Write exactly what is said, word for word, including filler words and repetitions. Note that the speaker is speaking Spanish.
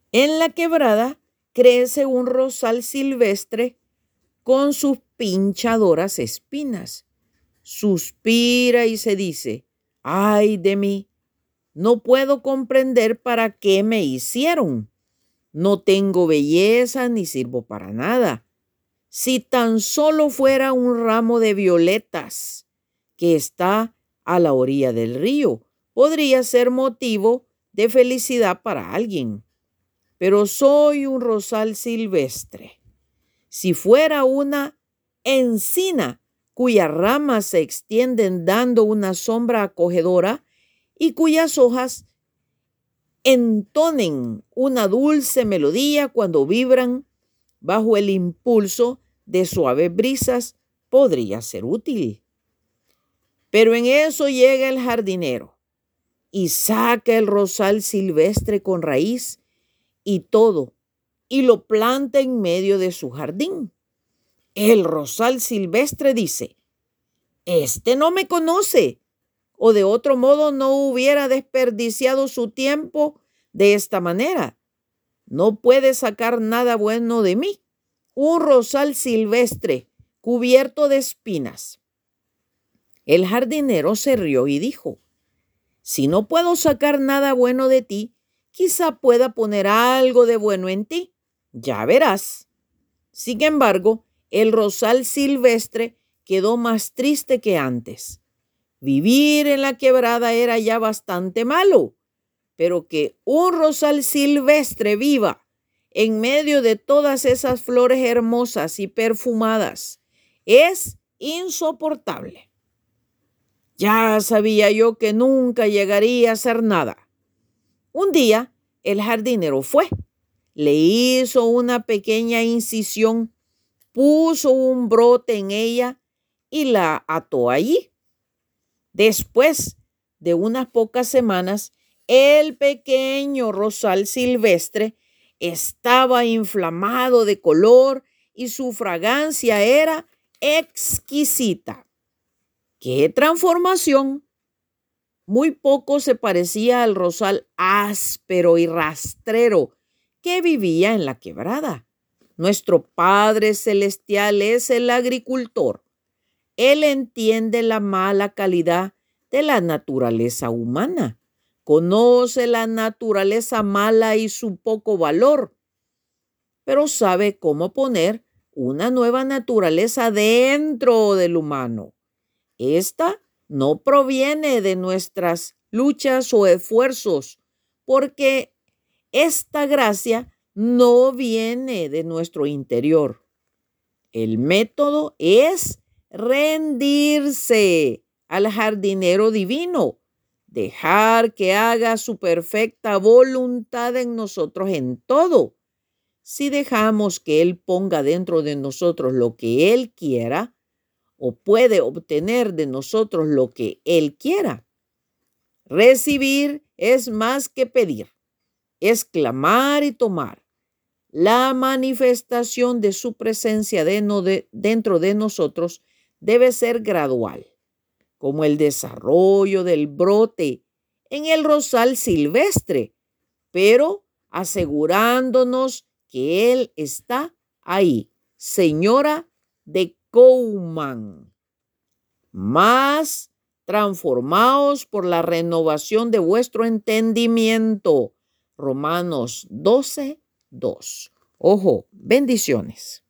En la quebrada crece un rosal silvestre con sus pinchadoras espinas. Suspira y se dice: ay de mí, no puedo comprender para qué me hicieron. No tengo belleza ni sirvo para nada. Si tan solo fuera un ramo de violetas que está a la orilla del río, podría ser motivo de felicidad para alguien. Pero soy un rosal silvestre. Si fuera una encina cuyas ramas se extienden dando una sombra acogedora y cuyas hojas entonen una dulce melodía cuando vibran bajo el impulso de suaves brisas, podría ser útil. Pero en eso llega el jardinero y saca el rosal silvestre con raíz y todo, y lo planta en medio de su jardín. El rosal silvestre dice: este no me conoce, o de otro modo no hubiera desperdiciado su tiempo de esta manera. No puede sacar nada bueno de mí. Un rosal silvestre cubierto de espinas. El jardinero se rió y dijo: si no puedo sacar nada bueno de ti, quizá pueda poner algo de bueno en ti. Ya verás. Sin embargo, el rosal silvestre quedó más triste que antes. Vivir en la quebrada era ya bastante malo, pero que un rosal silvestre viva en medio de todas esas flores hermosas y perfumadas es insoportable. Ya sabía yo que nunca llegaría a hacer nada. Un día el jardinero fue, le hizo una pequeña incisión, puso un brote en ella y la ató allí. Después de unas pocas semanas, el pequeño rosal silvestre estaba inflamado de color y su fragancia era exquisita. ¡Qué transformación! Muy poco se parecía al rosal áspero y rastrero que vivía en la quebrada. Nuestro Padre Celestial es el agricultor. Él entiende la mala calidad de la naturaleza humana. Conoce la naturaleza mala y su poco valor, pero sabe cómo poner una nueva naturaleza dentro del humano. Esta no proviene de nuestras luchas o esfuerzos, porque esta gracia no viene de nuestro interior. El método es rendirse al jardinero divino, dejar que haga su perfecta voluntad en nosotros en todo. Si dejamos que Él ponga dentro de nosotros lo que Él quiera, o puede obtener de nosotros lo que Él quiera. Recibir es más que pedir, es clamar y tomar. La manifestación de su presencia dentro de nosotros debe ser gradual, como el desarrollo del brote en el rosal silvestre, pero asegurándonos que Él está ahí. Señora de Couman, más transformaos por la renovación de vuestro entendimiento. Romanos doce, dos. Ojo, bendiciones.